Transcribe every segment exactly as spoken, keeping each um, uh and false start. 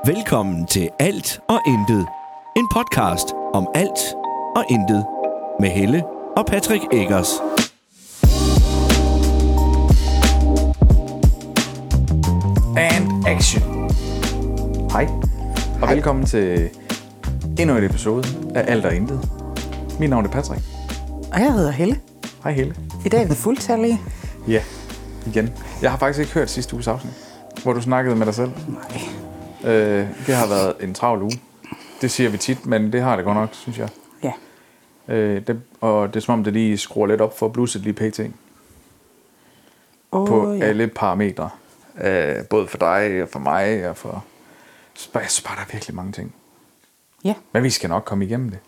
Velkommen til Alt og Intet. En podcast om alt og intet. Med Helle og Patrick Eggers. And action. Hej, og Hej. velkommen til endnu et episode af Alt og Intet. Mit navn er Patrick. Og jeg hedder Helle. Hej Helle. I dag er vi fuldtallige. Ja, igen. Jeg har faktisk ikke hørt sidste uges afsnit, hvor du snakkede med dig selv. Nej. Øh, det har været en travl uge. Det siger vi tit, men det har det godt nok, synes jeg. Ja. Øh, det, og det er som om, det lige skruer lidt op for blusset lige pt. Oh, På ja. alle parametre. Øh, både for dig og for mig og for... Så bare, så bare der er virkelig mange ting. Ja. Men vi skal nok komme igennem det.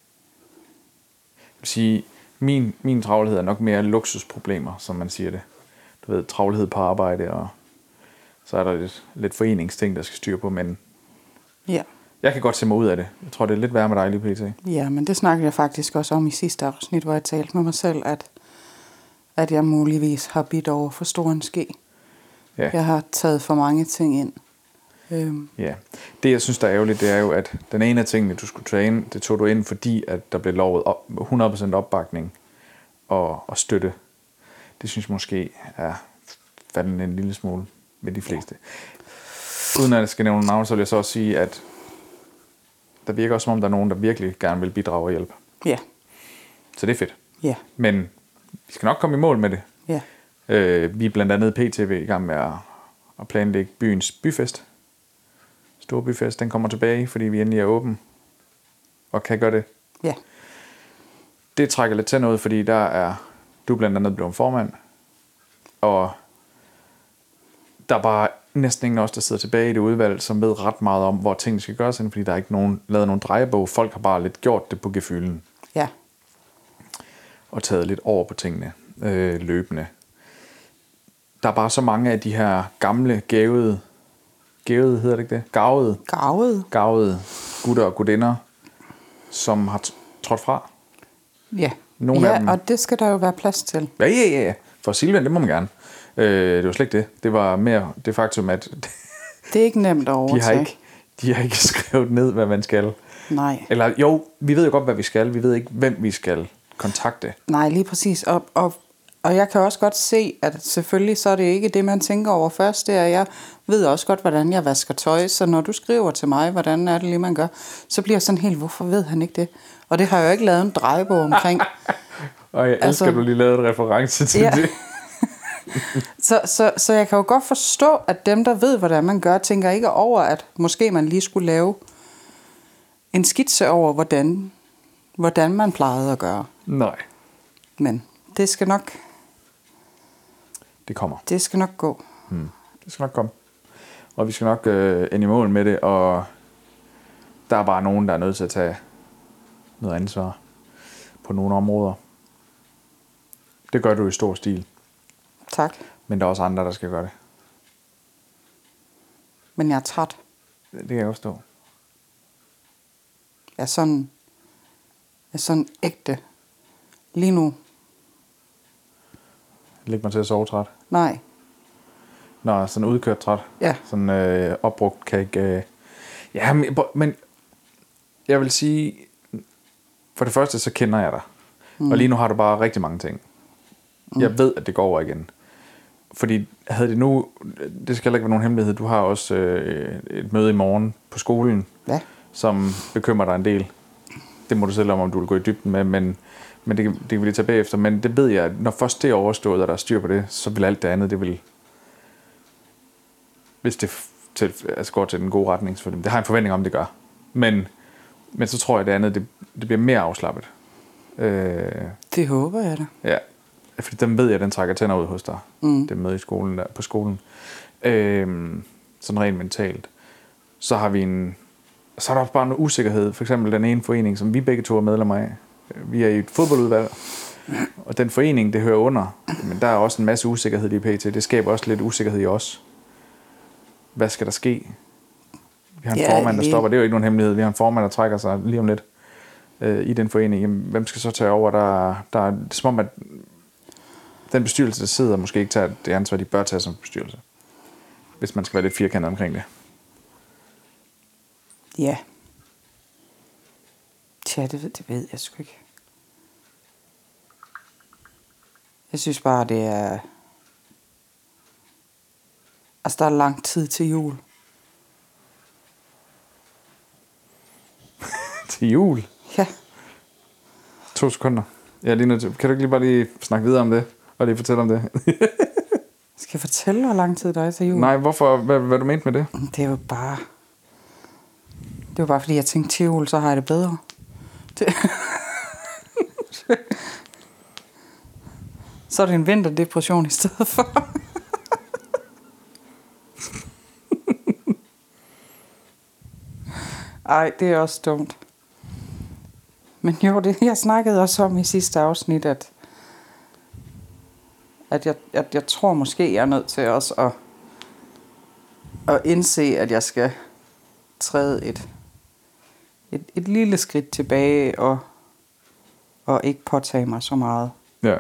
Jeg vil sige, min, min travlhed er nok mere luksusproblemer, som man siger det. Du ved, travlhed på arbejde, og så er der lidt, lidt foreningsting, der skal styre på, men Ja. jeg kan godt se mig ud af det. Jeg tror, det er lidt værre med dig lige pt. Ja, men det snakkede jeg faktisk også om i sidste afsnit, hvor jeg talte med mig selv, at, at jeg muligvis har bidt over for stor en ske. Ja. Jeg har taget for mange ting ind. Øhm, Ja. Det, jeg synes, der er ærgerligt, det er jo, at den ene af tingene, du skulle tage ind, det tog du ind, fordi at der blev lovet op, hundrede procent opbakning og, og støtte. Det synes jeg måske er faldende en lille smule med de fleste. Ja. Uden at jeg skal nævne navn, så vil jeg så også sige, at der virker også, som om der er nogen, der virkelig gerne vil bidrage og hjælpe. ja. Så det er fedt. Ja. Men vi skal nok komme i mål med det. Ja. Øh, vi er blandt andet P T V i gang med at, at planlægge byens byfest. Stor byfest, den kommer tilbage, fordi vi endelig er åben og kan gøre det. Ja. Det trækker lidt til noget, fordi der er du blandt andet blevet formand, og der er bare næsten ingen af os, der sidder tilbage i det udvalg, som ved ret meget om, hvor tingene skal gøres, fordi der er ikke nogen, lavet nogen drejebog. Folk har bare lidt gjort det på gefylden Ja. og taget lidt over på tingene øh, løbende. Der er bare så mange af de her gamle, gavede, gavede hedder det ikke det? Gavede, Garvet. gavede gutter og gutinder, som har t- trådt fra. Ja. Nogle ja, af dem- og det skal der jo være plads til. Ja, ja, ja, ja. For Silvan, det må man gerne. Øh, det var slet ikke det. Det var mere det faktum, at Det er ikke nemt at de har, overtage. ikke, de har ikke skrevet ned, hvad man skal. Nej. Eller jo, vi ved jo godt, hvad vi skal. Vi ved ikke, hvem vi skal kontakte. Nej, lige præcis. Og, og, og jeg kan også godt se, at selvfølgelig så er det ikke det, man tænker over først. Det er, jeg ved også godt, hvordan jeg vasker tøj. Så når du skriver til mig, hvordan er det lige, man gør, så bliver jeg sådan helt, hvorfor ved han ikke det? Og det har jeg jo ikke lavet en drejebog omkring. Og jeg elsker, Altså- at du lige lavede et reference til Ja. det. så, så, så jeg kan jo godt forstå, at dem, der ved, hvordan man gør, tænker ikke over, at måske man lige skulle lave en skitse over, hvordan, hvordan man plejede at gøre. Nej, Men det skal nok, det kommer. det skal nok gå. Hmm. Det skal nok komme. Og vi skal nok øh, ende i mål med det, og der er bare nogen, der er nødt til at tage noget ansvar på nogle områder. Det gør du i stor stil, Tak. men der er også andre, der skal gøre det. Men jeg er træt. Det kan jeg også stå. Jeg er sådan, jeg er sådan ægte. Lige nu. Læg mig til at sove træt. Nej. Nå, sådan udkørt træt. Ja. Sådan øh, opbrugt kan ikke... Øh... Ja, men, men jeg vil sige... For det første, så kender jeg dig. Mm. Og lige nu har du bare rigtig mange ting. Mm. Jeg ved, at det går over igen. Fordi havde det nu... Det skal heller ikke være nogen hemmelighed. Du har også øh, et møde i morgen på skolen, Ja. som bekymrer dig en del. Det må du selv om, om du vil gå i dybden med, men, men det, det kan vi lige tage bagefter. Men det ved jeg, at når først det er overstået, og der er styr på det, så vil alt det andet, det vil... Hvis det f- til, altså går til den gode retning, for det har jeg en forventning om, det gør. Men, men så tror jeg, at det andet, det, det bliver mere afslappet. Øh, Det håber jeg da. ja, fordi den ved jeg, den trækker tænder ud hos dig. Mm. Det med i skolen, der, på skolen. Øh, sådan rent mentalt. Så har vi en... Så er der også bare en usikkerhed. For eksempel den ene forening, som vi begge to er medlemmer af. Vi er i et fodboldudvalg. Og den forening, det hører under. Men der er også en masse usikkerhed i P T. Det skaber også lidt usikkerhed i os. Hvad skal der ske? Vi har en Ja, formand, der lige- stopper. Det er jo ikke nogen hemmelighed. Vi har en formand, der trækker sig lige om lidt øh, i den forening. Jamen, hvem skal så tage over? Der, der er det er som om, at den bestyrelse, der sidder, måske ikke tager det ansvar, de bør tage som bestyrelse. Hvis man skal være lidt firkantet omkring det. Ja. Tja, det ved, det ved jeg sgu ikke. Jeg synes bare, det er... Altså, der er lang tid til jul. Til jul? Ja. To sekunder. Jeg er lige nødt til... Kan du ikke lige bare lige snakke videre om det? Og lige fortælle om det? Skal jeg fortælle, hvor lang tid der er til jul? Nej, hvorfor? Hvad, hvad du mente med det? Det er jo bare... Det var bare, fordi jeg tænkte, til jul, så har jeg det bedre. Det... så er det en vinterdepression i stedet for. Ej, det er også dumt. Men jo, det, jeg snakkede også om i sidste afsnit, at, at, jeg, at jeg tror måske, jeg er nødt til også at, at indse, at jeg skal træde et, et, et lille skridt tilbage og, og ikke påtage mig så meget. Ja.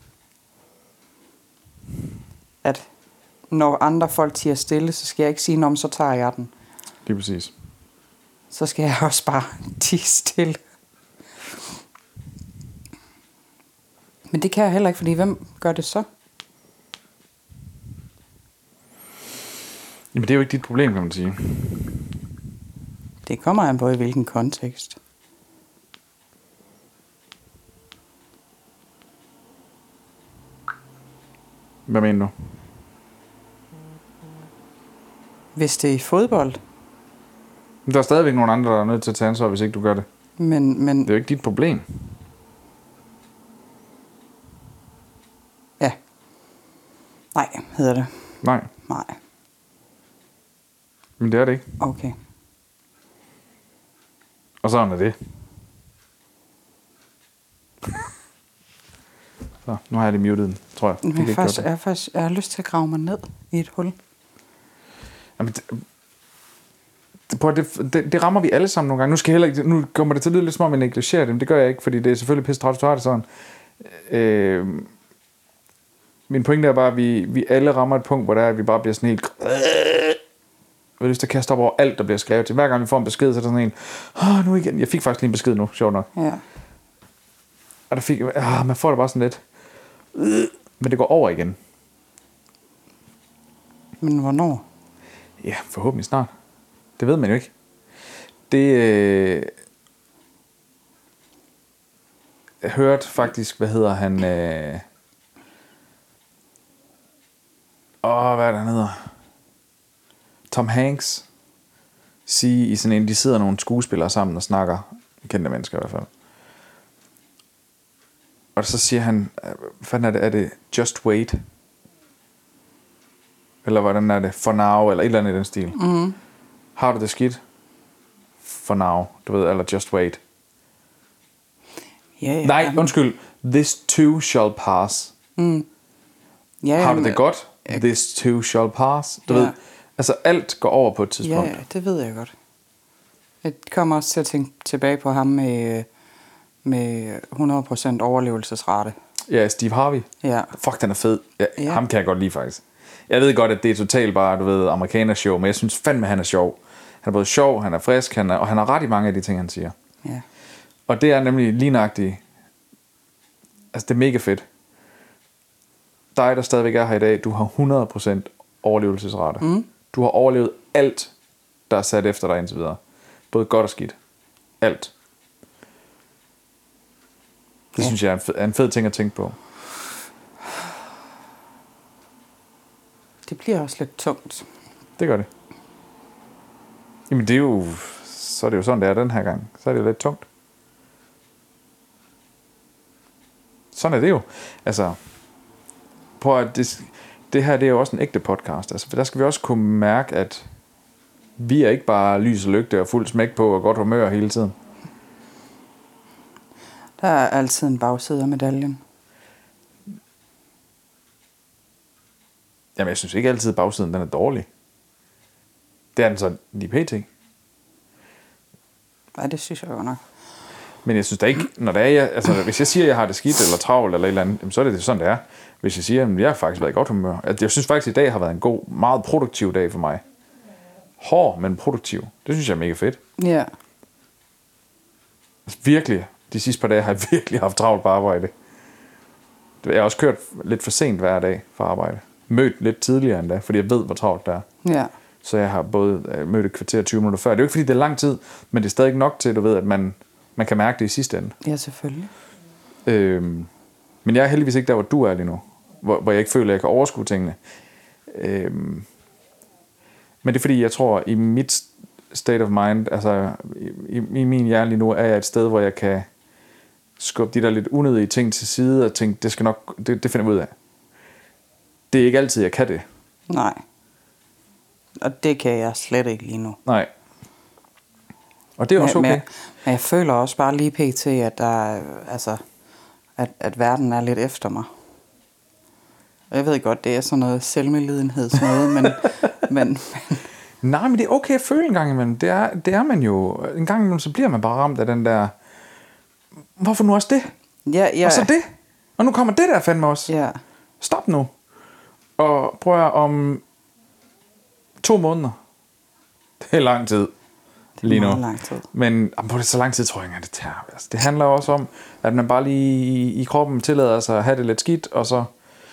At når andre folk tiger stille, så skal jeg ikke sige, om så tager jeg den. Lige præcis. Så skal jeg også bare tie stille. Men det kan jeg heller ikke, fordi hvem gør det så? Jamen det er jo ikke dit problem, kan man sige. Det kommer an på, i hvilken kontekst. Hvad mener du? Hvis det er i fodbold. Men der er stadigvæk nogle andre, der er nødt til at tage ansvar, hvis ikke du gør det. Men, men Det er jo ikke dit problem. ja. Nej, hedder det. Nej, Nej, men det er det ikke. okay. Og sådan er det. Så, nu har jeg lige muted den, tror jeg. Fik Men jeg, ikke faktisk, gjort jeg, har faktisk, jeg har lyst til at grave mig ned i et hul. det. Jamen, det, det, prøv, det, det, det rammer vi alle sammen nogle gange. Nu, skal jeg heller ikke, nu kommer det til at lyde lidt som om, jeg negligerer det, men det gør jeg ikke, fordi det er selvfølgelig pisse træt, du har det sådan. Øh, min pointe er bare, at vi, vi alle rammer et punkt, hvor der er, at vi bare bliver sådan helt... Jeg har lyst til at kaste op over alt, der bliver skrevet til. Hver gang vi får en besked, så er der sådan en... Åh, nu igen. Jeg fik faktisk lige en besked nu, sjovt nok. Ja. Og der fik... Ah, man får det bare sådan lidt... Men det går over igen. Men hvornår? Ja, forhåbentlig snart. Det ved man jo ikke. Det... Øh... Jeg hørte faktisk, hvad hedder han... Øh... Åh, hvad er det, han hedder? Tom Hanks sige i sådan en, de sidder nogle skuespillere sammen og snakker, kendte mennesker i hvert fald. Og så siger han, hvad fanden er det, er det just wait? Eller hvordan er det, for now, eller et eller andet i den stil. Mm. Har du det skidt? For now, du ved, eller just wait. Ja, ja. Nej, undskyld, this too shall pass. Mm. Ja, Har du men- det godt? This too shall pass. Du Ja. ved, altså alt går over på et tidspunkt. Ja, det ved jeg godt. Jeg kommer også til at tænke tilbage på ham med, med hundrede procent overlevelsesrate. Ja, Steve Harvey. Ja. Fuck, den er fed. Ja, Ja. Ham kan jeg godt lide, faktisk. Jeg ved godt, at det er totalt bare, du ved, amerikanershow, men jeg synes fandme, han er sjov. Han er både sjov, han er frisk, han er, og han har ret i mange af de ting, han siger. Ja. Og det er nemlig lignagtigt. Altså, det er mega fedt. Dig, der stadigvæk er her i dag, du har hundrede procent overlevelsesrate. Mm. Du har overlevet alt, der er sat efter dig indtil videre. Både godt og skidt. Alt. Det Ja. synes jeg er en, fed, er en fed ting at tænke på. Det bliver også lidt tungt. Det gør det. Jamen det er jo... Så er det jo sådan, det er den her gang. Så er det jo lidt tungt. Sådan er det jo. Altså... Prøv at det, det her det er jo også en ægte podcast. Altså, for der skal vi også kunne mærke, at vi er ikke bare lys og lygte og fuld smæk på og godt humør hele tiden. Der er altid en bagside af medaljen. Jamen jeg synes ikke altid, at bagsiden den er dårlig. Det er den så lige pt. Ja, det synes jeg jo nok. Men jeg synes da ikke, når det er, jeg, altså hvis jeg siger, at jeg har det skidt eller travlt eller et eller andet, jamen, så er det sådan, det er. Hvis jeg siger, at jeg har faktisk været i godt humør. Jeg synes faktisk, at i dag har været en god, meget produktiv dag for mig. hård, men produktiv. Det synes jeg er mega fedt. Ja. Altså, virkelig, de sidste par dage har jeg virkelig haft travlt på arbejde. Jeg har også kørt lidt for sent hver dag for arbejde. Mødt lidt tidligere endda, fordi jeg ved, hvor travlt det er. Ja. Så jeg har både mødt et kvarter tyve minutter før. Det er jo ikke, fordi det er lang tid, men det er stadig nok til, at du ved, at man, man kan mærke det i sidste ende. Ja, selvfølgelig. Øhm, men jeg er heldigvis ikke der, hvor du er lige nu. Hvor, hvor jeg ikke føler, at jeg kan overskue tingene. Øhm, men det er fordi, jeg tror, i mit state of mind, altså i, i min hjerne lige nu, er jeg et sted, hvor jeg kan skubbe de der lidt unødige ting til side, og tænke, det skal nok, det, det finder jeg ud af. Det er ikke altid, jeg kan det. Nej. Og det kan jeg slet ikke lige nu. Nej. Og det er også okay. Men, men jeg føler også bare lige pt, at der, altså, at, at verden er lidt efter mig. Og jeg ved godt, det er sådan noget selvmedlidenhedsnøde, men, men, men... Nej, men det er okay at føle en gang imellem. Det er, det er man jo. En gang imellem, så bliver man bare ramt af den der... Hvorfor nu også det? Ja, ja. Og så det? Og nu kommer det der fandme også. Ja. Stop nu. Og prøv at om to måneder. Det er lang tid. Det er lige meget nu. lang tid. Men på det så lang tid tror jeg ikke, at det tager. Altså, det handler også om, at man bare lige i, i kroppen tillader sig at have det lidt skidt, og så,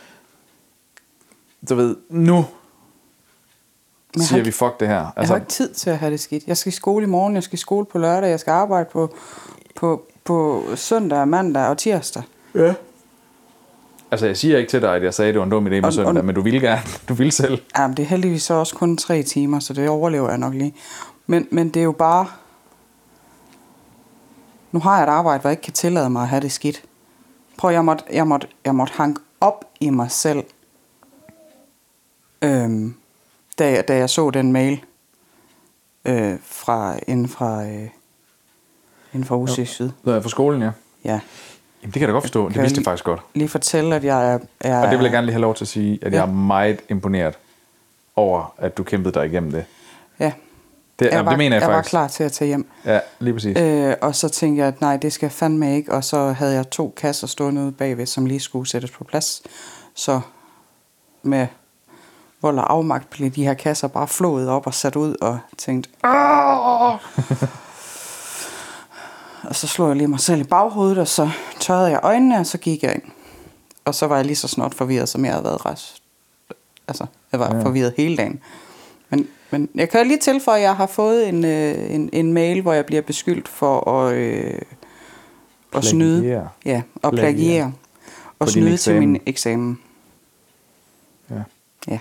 du ved, nu Men siger har, vi fuck det her. Altså, Altså, jeg har ikke tid til at have det skidt. Jeg skal i skole i morgen, jeg skal i skole på lørdag, jeg skal arbejde på, på, på søndag, mandag og tirsdag. ja. Altså, jeg siger ikke til dig, at jeg sagde, at det var en dum idé med Og- søndag, og- men du vil gerne. Du vil selv. Jamen, det er heldigvis så også kun tre timer, så det overlever jeg nok lige. Men, men det er jo bare... Nu har jeg et arbejde, hvor jeg ikke kan tillade mig at have det skidt. Prøv, jeg måtte, jeg måtte, jeg måtte hanke op i mig selv, øhm, da, jeg, da jeg så den mail øh, fra, inden fra, øh, inden fra U C Syd. Nå, fra skolen, ja. Ja. Jamen, det kan jeg da godt forstå. Det Kan vidste jeg jeg faktisk godt. Lige fortælle, at jeg er... er Og det vil jeg gerne lige have lov til at sige, at Ja. jeg er meget imponeret over, at du kæmpede dig igennem det. Ja. Det, Jeg, jamen, var, det mener jeg, jeg var faktisk. klar til at tage hjem. Ja, lige præcis. Øh, og så tænkte jeg, at nej, det skal jeg fandme ikke. Og så havde jeg to kasser stående ude bagved, som lige skulle sættes på plads. Så med vold og afmagt blev de her kasser bare flået op og sat ud og tænkte... Åh! Og så slog jeg lige mig selv i baghovedet, og så tørrede jeg øjnene, og så gik jeg ind. Og så var jeg lige så snart forvirret, som jeg havde været rest. Altså, jeg var Ja. ja. forvirret hele dagen. Men, men jeg kan lige tilføje, at jeg har fået en, øh, en, en mail, hvor jeg bliver beskyldt for at, øh, at snyde. Plagiere. Ja, og Plagiere. plagiere. Og På din snyde til eksamen. min eksamen. Ja. Ja,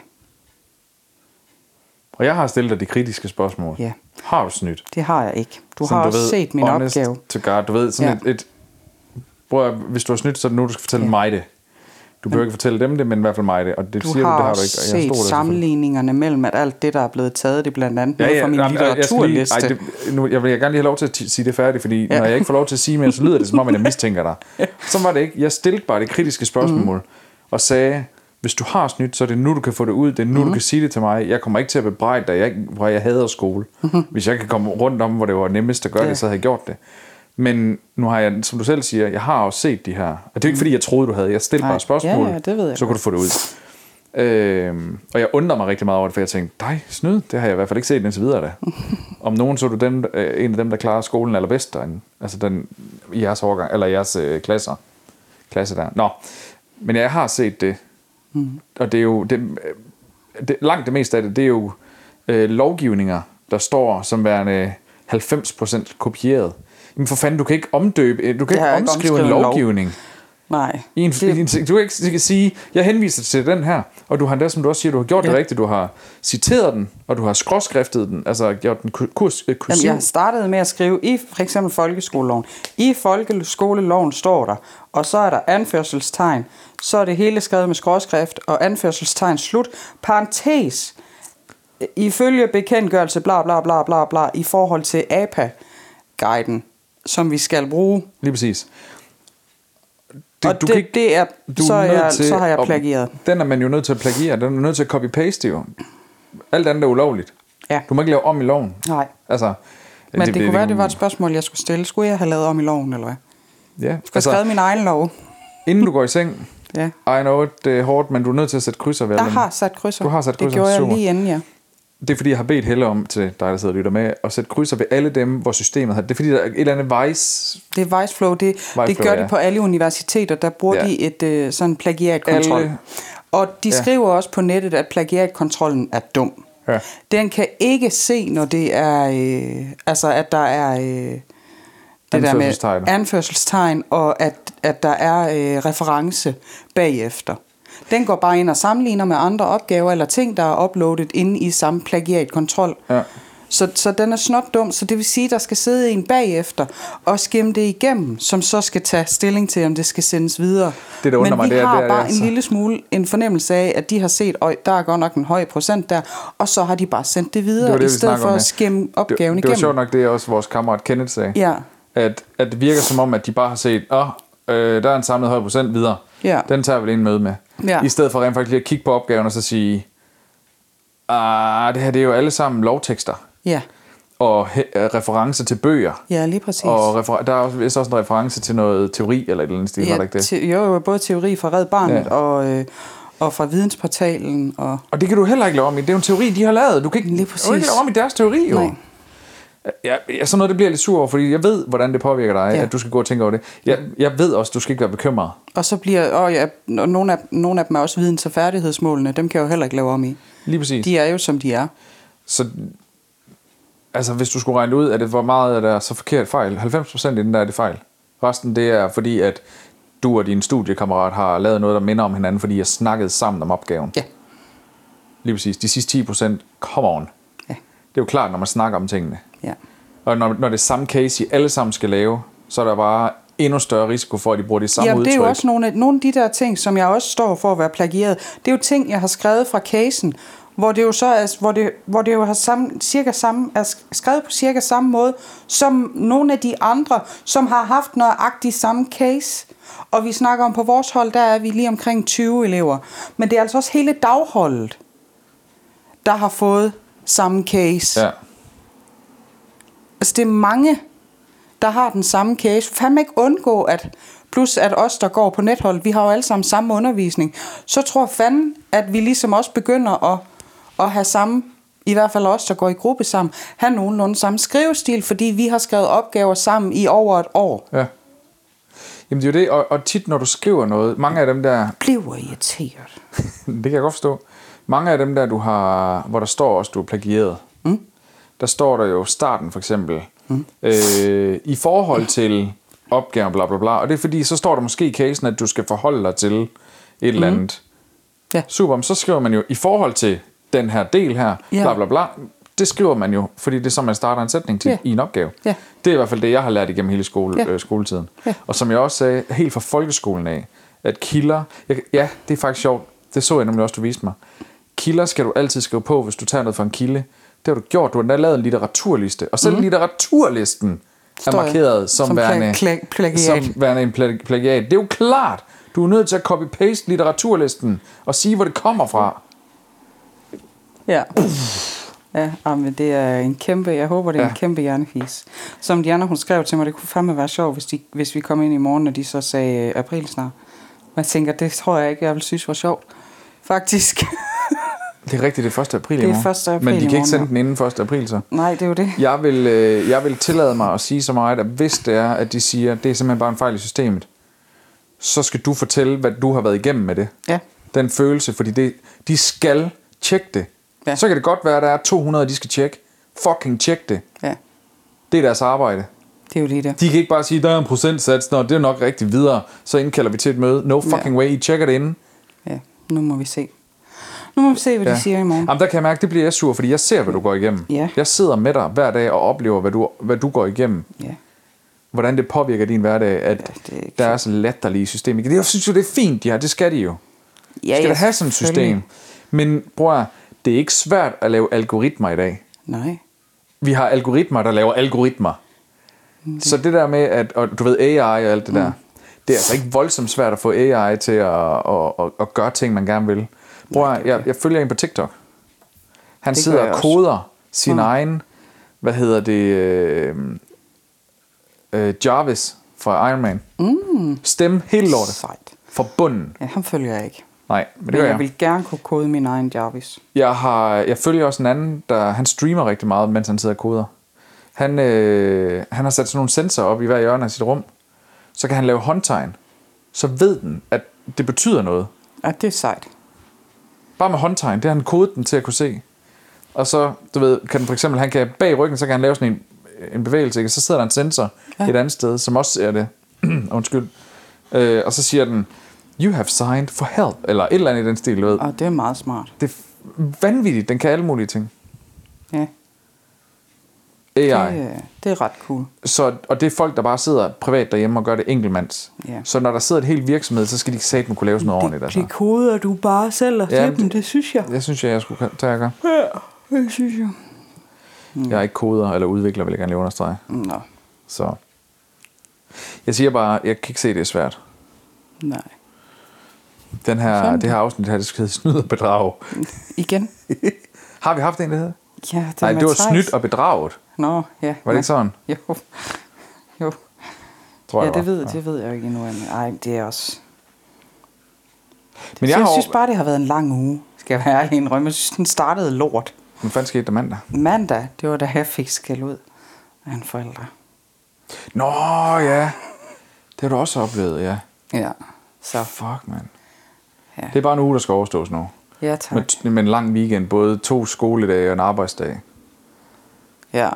Og jeg har stillet dig de kritiske spørgsmål. ja. Har du snydt? Det har jeg ikke. Du Sådan, har også ved, set min honest opgave. To God, du ved, sådan Ja. et, et bror, hvis du har snydt, så er det nu, du skal fortælle Ja. mig det. Du behøver ikke fortælle dem det, men i hvert fald mig det. Og det Du siger har du, det har du også ikke. Og jeg set stoler selvfølgelig. sammenligningerne mellem, at alt det, der er blevet taget, det er blandt andet Ja, noget ja, fra min jamen, jeg- jeg skal lige- litteraturliste. ej, det, nu, jeg vil gerne lige have lov til at t- sige det færdigt, fordi Ja. når jeg ikke får lov til at sige mere, så lyder det som om, at jeg mistænker dig. Så var det ikke. Jeg stillede bare det kritiske spørgsmål mm. og sagde, hvis du har snydt, så er det nu, du kan få det ud. Det er nu, mm. du kan sige det til mig. Jeg kommer ikke til at bebrejde dig, jeg, hvor jeg hader skole. Mm-hmm. Hvis jeg kan komme rundt om, hvor det var nemmest at gøre Ja. det, så havde jeg gjort det. Men nu har jeg, som du selv siger, jeg har også set de her. Og det er jo ikke, fordi jeg troede, du havde. Jeg stillede Nej. bare spørgsmål, Ja, ja, det ved jeg så kunne godt. du få det ud. Øhm, og jeg undrer mig rigtig meget over det, for jeg tænkte, nej, snyd, det har jeg i hvert fald ikke set indtil videre da. Om nogen så du den, øh, en af dem, der klarer skolen allerbedst derinde, altså den, i jeres årgang, eller i jeres øh, klasser, klasse der. Nå, men jeg har set det, mm. og det er jo, det, det, langt det meste af det, det er jo øh, lovgivninger, der står som værende halvfems procent kopieret. Men for fanden, du kan ikke omdøbe, du kan Jeg ikke har ikke omskrive omskrevet en en lov. lovgivning. Nej. I en, Det- i en, du kan ikke du kan sige, jeg henviser til den her, og du har endda, som du også siger, du har gjort ja. det Ja. rigtigt, du har citeret den, og du har skråskriftet den, altså gjort den ku- kurs, øh, kursiv. Jamen, jeg startede med at skrive i for eksempel folkeskoleloven. I folkeskoleloven står der, og så er der anførselstegn. Så er det hele skrevet med skråskrift, og anførselstegn slut. Parentes. Ifølge bekendtgørelse bla bla bla bla bla i forhold til A P A-guiden, som vi skal bruge. Lige præcis. Det, og det, det er, du så, er nødt jeg, til så har jeg at- plagieret. Den er man jo nødt til at plagiere, den er nødt til at copy-paste jo. Alt andet er ulovligt. Ja. Du må ikke lave om i loven. Nej. Altså, Men det, det kunne være, det var et spørgsmål, jeg skulle stille. Skulle jeg have lavet om i loven, eller hvad? Ja, Jeg skulle have altså, skrevet min egen lov. inden du går i seng, Ja. I know, det er hårdt, men du er nødt til at sætte krydser ved Jeg alle dem. har sat krydser. Du har sat krydser, Det gjorde jeg super. lige inden, ja. det er fordi, jeg har bedt Helle om til dig, der sidder og lytter med, at sætte krydser ved alle dem, hvor systemet har. Det er fordi, der er et eller andet vice... Det er Viceflow. Det, Viceflow, det gør ja. de på alle universiteter. Der bruger Ja. de et øh, sådan plagiatkontrol. Alle- Og de Ja. skriver også på nettet, at plagiatkontrollen er dum. Ja. Den kan ikke se, når det er... Øh, altså, at der er... Øh, det der med Anførselstegn. anførselstegn, og at, at der er øh, reference bagefter. Den går bare ind og sammenligner med andre opgaver eller ting, der er uploadet inde i samme plagiatkontrol. Ja. Så, så den er snot dum, så det vil sige, at der skal sidde en bagefter og skimme det igennem, som så skal tage stilling til, om det skal sendes videre. Det, der undrer Men mig, vi det er- har det er bare altså- en lille smule en fornemmelse af, at de har set, at der er godt nok en høj procent der, og så har de bare sendt det videre, Det var det, i vi stedet snakker for om, at ja. skimme opgaven det, det var igennem. sjovt nok, det er også vores kammerat Kenneth sagde. Ja. At, at det virker som om, at de bare har set, åh, oh, øh, der er en samlet høj procent videre. Ja. Den tager vi lige en møde med. Ja. I stedet for rent faktisk lige at kigge på opgaven og så sige, ah, det her det er jo alle sammen lovtekster. Ja, Og he- referencer til bøger. ja, lige præcis. Og refer- der er også, vist også en reference til noget teori eller et eller andet stil, var ja, der ikke det? te- jo, jo, både teori fra Red Barnet Ja. ja. og, øh, og fra Vidensportalen. Og, Og det kan du heller ikke lave om i. Det er jo en teori, de har lavet. Du kan ikke, Lige du kan ikke præcis. lave om i deres teori, jo. Nej. Ja, ja, sådan noget, det bliver jeg lidt sur over, fordi jeg ved, hvordan det påvirker dig, Ja. ja. at du skal gå og tænke over det. Jeg, jeg ved også, du skal ikke være bekymret. og så bliver, og ja, og nogle, af, nogle af dem er også videns- og færdighedsmålene, dem kan jeg jo heller ikke lave om i. Lige præcis. De er jo, som de er. Så altså, hvis du skulle regne ud, at det hvor meget er der så forkert fejl. halvfems procent i den der er det fejl. Resten, det er fordi, at du og din studiekammerat har lavet noget, der minder om hinanden, fordi I har snakket sammen om opgaven. Ja. Lige præcis. De sidste ti procent, come on. Ja. Det er jo klart, når man snakker om tingene. Ja. Og når, når det er samme case, I alle sammen skal lave, så er der bare endnu større risiko for, at de bruger de samme Jamen, udtryk. det er jo også nogle af, nogle af de der ting, som jeg også står for at være plagieret. Det er jo ting, jeg har skrevet fra casen, hvor det jo så er, hvor det, hvor det jo har samme, cirka samme, er skrevet på cirka samme måde, som nogle af de andre, som har haft nøjagtigt samme case. Og vi snakker om, på vores hold, der er vi lige omkring tyve elever. Men det er altså også hele dagholdet, der har fået samme case. Ja. Altså, det er mange, der har den samme case. Fandme ikke undgå, at plus at os, der går på nethold, vi har jo alle sammen samme undervisning. Så tror jeg fandme, at vi ligesom også begynder at, at have samme, i hvert fald os, der går i gruppe sammen, have nogenlunde samme skrivestil, fordi vi har skrevet opgaver sammen i over et år. Ja. Jamen det er jo det, og, og tit når du skriver noget, mange af dem der, Bliver irriteret. det kan jeg godt forstå, mange af dem der, du har, hvor der står også, du er plagieret, mm. der står der jo starten for eksempel, mm. øh, i forhold til opgaven, bla bla bla, og det er fordi, så står der måske i casen, at du skal forholde dig til et eller Mm. andet. Ja. Super, men så skriver man jo, i forhold til den her del her, Ja. bla bla bla, det skriver man jo, fordi det er så, man starter en sætning til Ja. i en opgave. Ja. Det er i hvert fald det, jeg har lært igennem hele skole, Ja. øh, skoletiden. Ja. Og som jeg også sagde, helt fra folkeskolen af, at kilder, jeg, ja, det er faktisk sjovt, det så jeg nemlig også, du viste mig. Kilder skal du altid skrive på, hvis du tager noget fra en kilde. Det har du gjort, du har endda lavet en litteraturliste, og selv mm. litteraturlisten er Står markeret som, som pla- værende, pla- plagiat. som værende en pla- plagiat. Det er jo klart, du er nødt til at copy-paste litteraturlisten, og sige, hvor det kommer fra. Ja. Ja, men det er en kæmpe, jeg håber, det er ja. Ja. en kæmpe hjernefis. Som Diana, hun skrev til mig, det kunne fandme være sjovt, hvis, de, hvis vi kom ind i morgen, og de så sagde øh, april snart. Og jeg tænker, det tror jeg ikke, jeg vil synes var sjovt. Faktisk. Det er rigtigt, det er første april Det er i morgen. første april Men de i kan ikke morgen, sende ja. den inden første april, så. Nej, det er jo det. Jeg vil, øh, jeg vil tillade mig at sige så meget, at hvis det er, at de siger, at det er simpelthen bare en fejl i systemet, så skal du fortælle, hvad du har været igennem med det. Ja. Den følelse, fordi det, de skal tjekke det. Ja. Så kan det godt være, at der er to hundrede, de skal tjekke. Fucking tjek det. Ja, Det er deres arbejde. det er jo lige det. De kan ikke bare sige, at der er en procentsats, når det er nok rigtig videre, så indkalder vi til et møde. No fucking Ja. way, I tjekker det inden. Ja, nu må vi se. Nu må vi se, hvad ja. de siger i morgen. Jamen, der kan jeg mærke, det bliver jeg sur, fordi jeg ser, hvad du går igennem. Ja. Jeg sidder med dig hver dag og oplever, hvad du, hvad du går igennem. Ja. Hvordan det påvirker din hverdag, at Ja, det er ikke der er så latterlige system. Jeg synes jo, det er fint, de har. Det skal de jo. Ja, Skal ja, der have sådan et system. selvfølgelig. Men bror, det er ikke svært at lave algoritmer i dag. Nej. Vi har algoritmer, der laver algoritmer. Mm. Så det der med, at og du ved, A I og alt det mm. der, det er altså ikke voldsomt svært at få A I til at, at, at, at gøre ting, man gerne vil. Bror, Nej, okay. jeg, jeg følger en på TikTok. Han Det sidder gør jeg og også. koder sin Mm. egen, hvad hedder det, øh, øh, Jarvis fra Iron Man. Mm. Stemme hele lortet. Sejt. Fra bunden. Ja, ham følger jeg ikke. Nej, men det Men gør jeg jeg. vil gerne kunne kode min egen Jarvis. Jeg, har, jeg følger også en anden, der han streamer rigtig meget, mens han sidder og koder. Han, øh, han har sat sådan nogle sensorer op i hver hjørne af sit rum. Så kan han lave håndtegn. Så ved den, at det betyder noget. Ja, det er sejt. Bare med håndtegn, det har han kodet den til at kunne se. Og så, du ved, kan den for eksempel, han kan bag ryggen, så kan han lave sådan en, en bevægelse, ikke? Så sidder der en sensor ja. et andet sted, som også ser det. Undskyld. Øh, og så siger den, you have signed for help, eller et eller andet i den stil, ved. Og det er meget smart. Det er vanvittigt, den kan alle mulige ting. Ja. A I. Det, det er ret cool. Så, og det er folk, der bare sidder privat derhjemme og gør det enkeltmands. Ja. Så når der sidder et helt virksomhed, så skal de satme kunne lave sådan noget ordentligt. Altså. Det koder du bare selv og Ja, ja, dem, det- det synes jeg. Jeg synes, jeg, jeg skulle tage at gøre. Ja, det synes jeg. Jeg er ikke koder eller udvikler, vil jeg gerne lige understrege. Nå, Så jeg siger bare, jeg kan ikke se, det er svært. nej. Den her, Sådan. det her afsnit her, det skal hedde snyd og bedrag. Igen? Har vi haft en, der hedder? Ja, det Nej, er det var Matthijs. snydt og bedraget. Nå, ja. Var det ikke sådan? Jo. Jo. Tror Ja, jeg det var. ved, det ved jeg jo ikke endnu. Ej, det er også... Men Jeg, jeg jeg har synes over... bare, det har været en lang uge. Skal jeg være ærlig indrømme. Jeg synes, den startede lort. Hvad fanden skete der mandag? Mandag, det var da jeg fik skæld ud af en forælder. Nå, ja. Det har du også oplevet, ja. Ja, så Fuck, mand. ja. Det er bare en uge, der skal overstås nu. Ja, tak. Med, med en lang weekend. Både to skoledage og en arbejdsdag. Ja.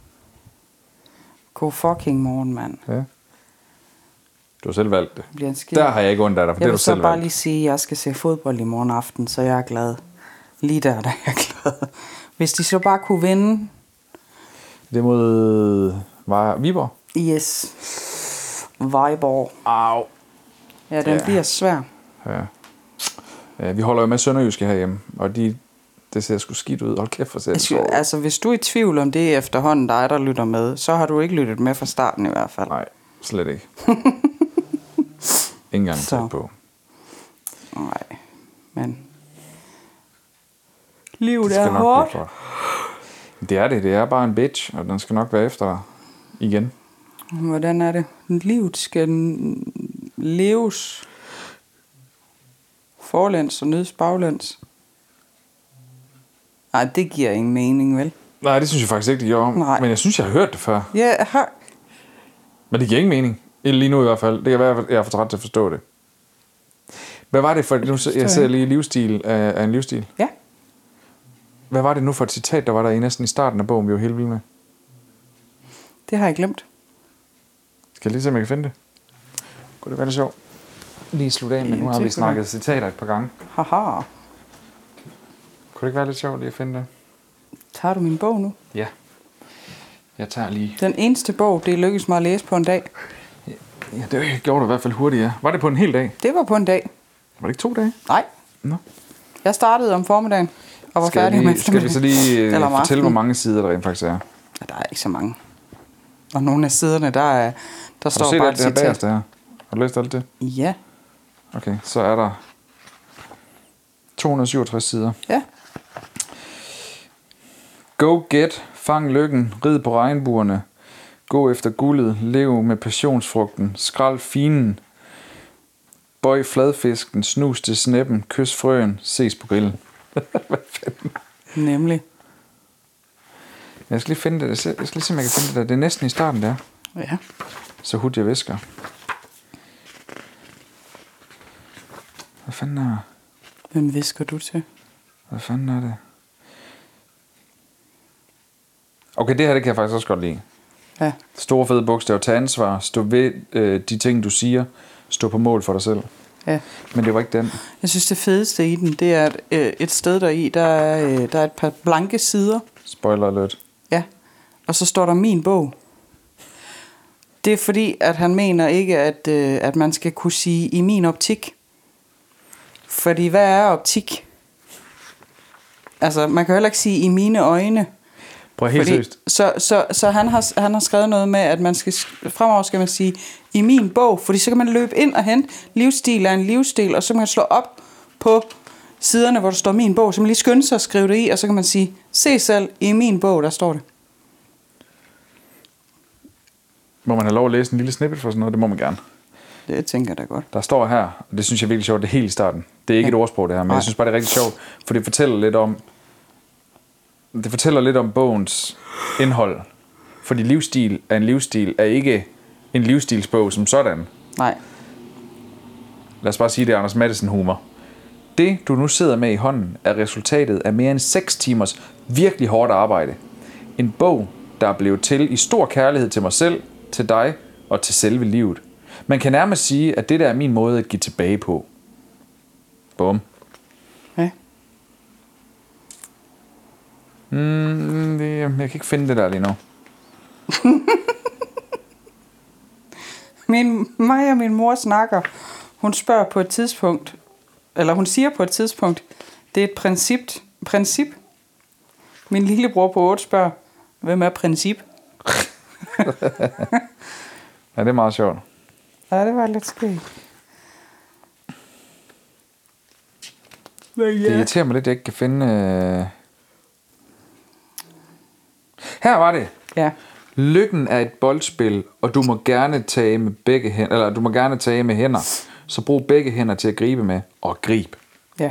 God fucking morgen, mand. Ja. Du har selv valgt det. Det bliver en skid. Der har jeg ikke ondt af dig, for Jeg det har vil du så selv bare valgt. lige sige, at jeg skal se fodbold i morgen aften, så jeg er glad. Lige der, der er jeg glad. Hvis de så bare kunne vinde. Det er mod var Viborg. Yes. Viborg. Au. Ja, den Ja. ja. bliver svær. Ja. Ja, vi holder jo med Sønderjyske herhjemme, og de, det ser sgu skidt ud. Hold kæft for selv. Jeg synes, altså, hvis du er i tvivl om det efterhånden, dig, der lytter med, så har du ikke lyttet med fra starten i hvert fald. Nej, slet ikke. Ingen gang Så. tæt på. Nej, men... Livet Det er skal nok hårdt. blive godt. Det er det. Det er bare en bitch, og den skal nok være efter dig igen. Hvordan er det? Livet skal n- leves forlæns og nødes baglæns. Nej, det giver ingen mening, vel? Nej, det synes jeg faktisk ikke, det gjorde. Nej. Men jeg synes, jeg har hørt det før. Ja, har... Men det giver ingen mening. Lige nu i hvert fald. Det kan være, at jeg er for træt til at forstå det. Hvad var det for... Nu, jeg ser lige livsstil af, af en livsstil. Ja. Hvad var det nu for et citat, der var der i næsten i starten af bogen, vi var helt vilde med? Det har jeg glemt. Skal jeg lige se, om jeg kan finde det? Kunne det være lidt sjovt? Lige slutte af, men Ja, nu har det vi kunne snakket citater et par gange. Haha. Kunne det ikke være lidt sjovt lige at finde det? Tager du min bog nu? Ja. Jeg tager lige... Den eneste bog, det lykkedes mig at læse på en dag. Ja, det gjorde du i hvert fald hurtigt, ja. Var det på en hel dag? Det var på en dag. Var det ikke to dage? Nej. Nå. Jeg startede om formiddagen og var Skal, færdig jeg om lige, skal vi så lige øh, Eller om fortælle, hvor aftenen. mange sider der rent faktisk er? Ja, der er ikke så mange. Og nogle af siderne, der, er, der Har står du set bare alt et det her citat. bagerste her? Har du læst alt det? Ja. Okay, så er der to hundrede og syvogtres sider. Ja. Go get, fang lykken, rid på regnbuerne, gå efter guldet, lev med passionsfrugten, skrald finen, bøj fladfisken, snus til snæppen, kys frøen, ses på grillen. Hvad fanden? Nemlig. Jeg skal lige finde det. Jeg skal lige se, om jeg kan finde det der. Det er næsten i starten der. Ja. Så hurtigt jeg visker. Hvad fanden er... Hvem visker du til? Hvad fanden er det? Okay, det her det kan jeg faktisk også godt lide. Ja. Store fede bogstaver. Tag ansvar. Stå ved øh, de ting, du siger. Stå på mål for dig selv. Ja. Men det var ikke den. Jeg synes, det fedeste i den, det er at, øh, et sted der i, der er, øh, der er et par blanke sider. Spoiler alert. Ja. Og så står der min bog. Det er fordi, at han mener ikke, at, øh, at man skal kunne sige i min optik. Fordi hvad er optik? Altså, man kan heller ikke sige i mine øjne. Prøv helt Fordi, seriøst. så så, så han, har, han har skrevet noget med, at man skal, fremover skal man sige, i min bog, fordi så kan man løbe ind og hente, livsstil er en livsstil, og så kan man slå op på siderne, hvor der står min bog, så man lige skynde sig at skrive det i, og så kan man sige, se selv, i min bog, der står det. Må man have lov at læse en lille snippet for sådan noget? Det må man gerne. det tænker jeg da godt. Der står her, og det synes jeg er virkelig sjovt, det er helt i starten. Det er ikke ja. et ordsprog det her, men Nej. jeg synes bare, det er rigtig sjovt, for det fortæller lidt om, det fortæller lidt om bogens indhold. Fordi livsstil er en livsstil, er ikke en livsstilsbog som sådan. Nej. Lad os bare sige, det er Anders Matthesen humor. Det, du nu sidder med i hånden, er resultatet af mere end seks timers virkelig hårdt arbejde. En bog, der er blevet til i stor kærlighed til mig selv, til dig og til selve livet. Man kan nærmest sige, at det der er min måde at give tilbage på. Bum. Ja. Mm, det, jeg kan ikke finde det der lige nu. min, mig og min mor snakker. Hun spørger på et tidspunkt, eller hun siger på et tidspunkt, det er et princip. princip. Min lillebror på otte spørger, hvem er princip? Ja, det er meget sjovt. Ja, det var lidt skægt. Det irriterer mig lidt, at jeg ikke kan finde... Øh... Her var det. Ja. Lykken er et boldspil, og du må gerne tage med begge hænder, eller du må gerne tage med hænder. Så brug begge hænder til at gribe med, og grib. Ja.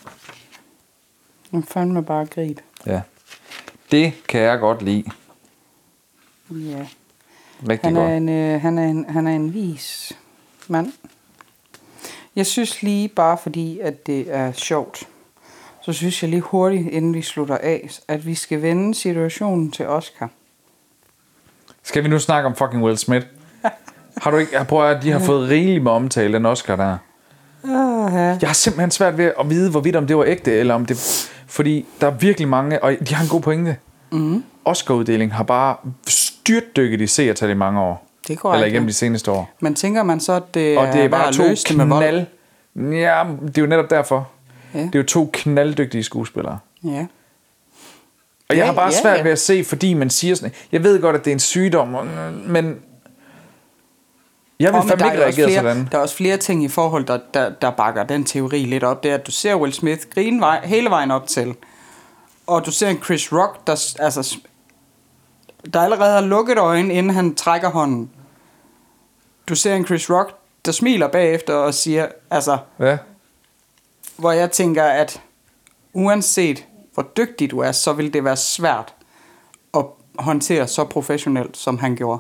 Nu fandme bare grib. Ja. Det kan jeg godt lide. Ja. Rigtig han, godt. er en, øh, han, er en, han er en vis mand. Jeg synes lige, bare fordi, at det er sjovt, så synes jeg lige hurtigt, inden vi slutter af, at vi skal vende situationen til Oscar. Skal vi nu snakke om fucking Will Smith? Har du ikke... Jeg prøver, at de har fået rigeligt med omtale, den Oscar der. Uh-huh. Jeg har simpelthen svært ved at vide, hvorvidt om det var ægte, eller om det... Fordi der er virkelig mange, og de har en god pointe. Mm. Oscar-uddelingen har bare styrtdykket i seertal i mange år. Det går eller igennem de seneste år. Men tænker man så, at det, og det er bare to knald... Ja, det er jo netop derfor. Ja. Det er jo to knalddygtige skuespillere. Ja. Og jeg ja, har bare ja, svært ja. ved at se, fordi man siger sådan... Jeg ved godt, at det er en sygdom, men... Jeg vil fandme ikke reagere sådan. Der er også flere ting i forhold, der, der, der bakker den teori lidt op. Det er, at du ser Will Smith grine vej, hele vejen op til. Og du ser en Chris Rock, der, altså, der allerede har lukket øjnene, inden han trækker hånden. Du ser en Chris Rock, der smiler bagefter og siger... Altså, ja. Hvor jeg tænker, at uanset hvor dygtig du er, så vil det være svært at håndtere så professionelt, som han gjorde.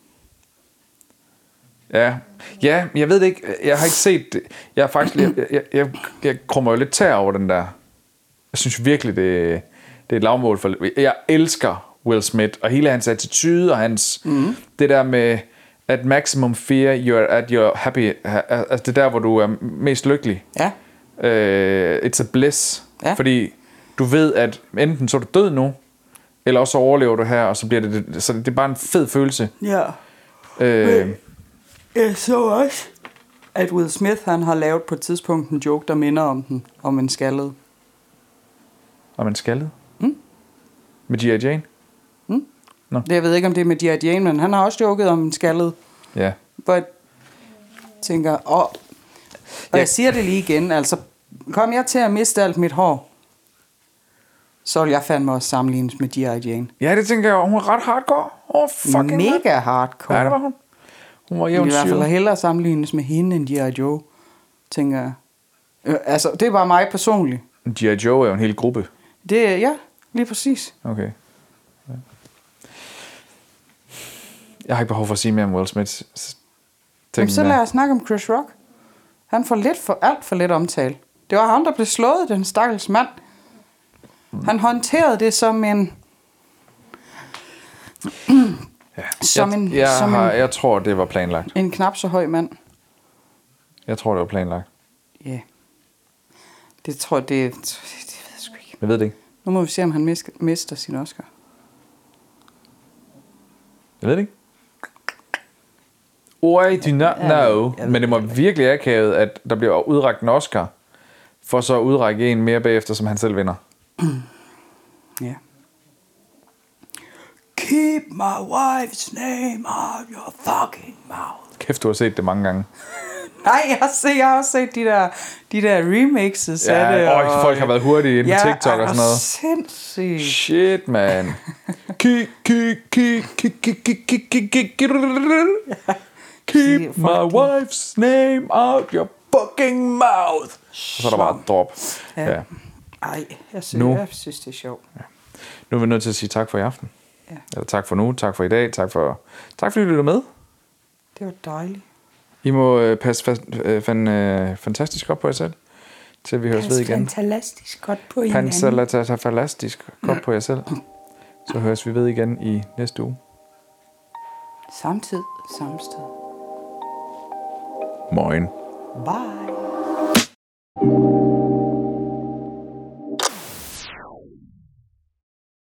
Ja, ja, jeg ved det ikke. Jeg har ikke set det. Jeg er faktisk, jeg, jeg, jeg, jeg krummer jo lidt tær over den der. Jeg synes virkelig det, det er et lavmål for. Jeg elsker Will Smith og hele hans attitude og hans mm. det der med at maximum fear you're at your happy. Altså det der hvor du er mest lykkelig. Ja. Uh, it's a bliss. Ja. Fordi du ved at enten så er du død nu, eller også overlever du her, og så bliver det, det så det er bare en fed følelse. Ja. Øh, Jeg så også, at Will Smith han har lavet på et tidspunkt en joke, der minder om den, om en skaldet. Om en skaldet? Mm. Med G I. Jane? Mm. No. Jeg ved ikke, om det er med G I. Jane, men han har også joket om en skaldet. Ja. Yeah. Hvor jeg tænker, åh, og ja. jeg siger det lige igen, altså, kom jeg til at miste alt mit hår, så vil jeg fandme også sammenlignes med G I. Jane. Ja, det tænker jeg, hun er ret hardcore. Oh, fucking Mega hardcore. Ja, det var hun. Hun var jævnt i hvert fald syret. hellere sammenlignes med hende end G I. Joe, tænker jeg. Øh, altså, det er bare mig personligt. G I. Joe er jo en hel gruppe. Det er, ja, lige præcis. Okay. Ja. Jeg har ikke behov for at sige mere om Will Smith. Jamen, så lad os snakke om Chris Rock. Han får lidt for, alt for lidt omtale. Det var ham, der blev slået, den stakkels mand. Mm. Han håndterede det som en... Ja. Som jeg, en, jeg, som har, en, jeg tror, det var planlagt. En knap så høj mand. Jeg tror, det var planlagt. Ja. Yeah. Det tror jeg, det, det ved jeg sgu ikke. Jeg ved det ikke. Nu må vi se, om han mister sin Oscar. Jeg ved det ikke. I do not know. Ja, men det må virkelig akavet, at der bliver udrækt en Oscar, for så at udrække en mere bagefter, som han selv vinder. Ja. Yeah. Keep my wife's name out your fucking mouth. Kæft, du har set det mange gange. Nej, jeg har, set, jeg har også set de der, de der remixes ja, af det. Og, og folk har været hurtige inde ja, på TikTok og sådan noget. Sindssygt. Shit, man. Ki, ki, ki, ki, ki, ki, ki, ki, ki. Keep my wife's name out your fucking mouth. Og så er der bare et drop. Ja. Ja. Ej, jeg synes, Nu. jeg synes det er sjovt. Ja. Nu er vi nødt til at sige tak for i aften. Ja. Eller tak for nu, tak for i dag, tak for, tak fordi du lytter med. Det var dejligt. I må øh, passe fast, øh, fan, øh, fantastisk godt på jer selv, til vi høres ved igen. Fantastisk godt på hinanden. Fantastisk godt på jer selv. Så høres vi ved igen i næste uge. Samtid, samme sted. Moin. Bye.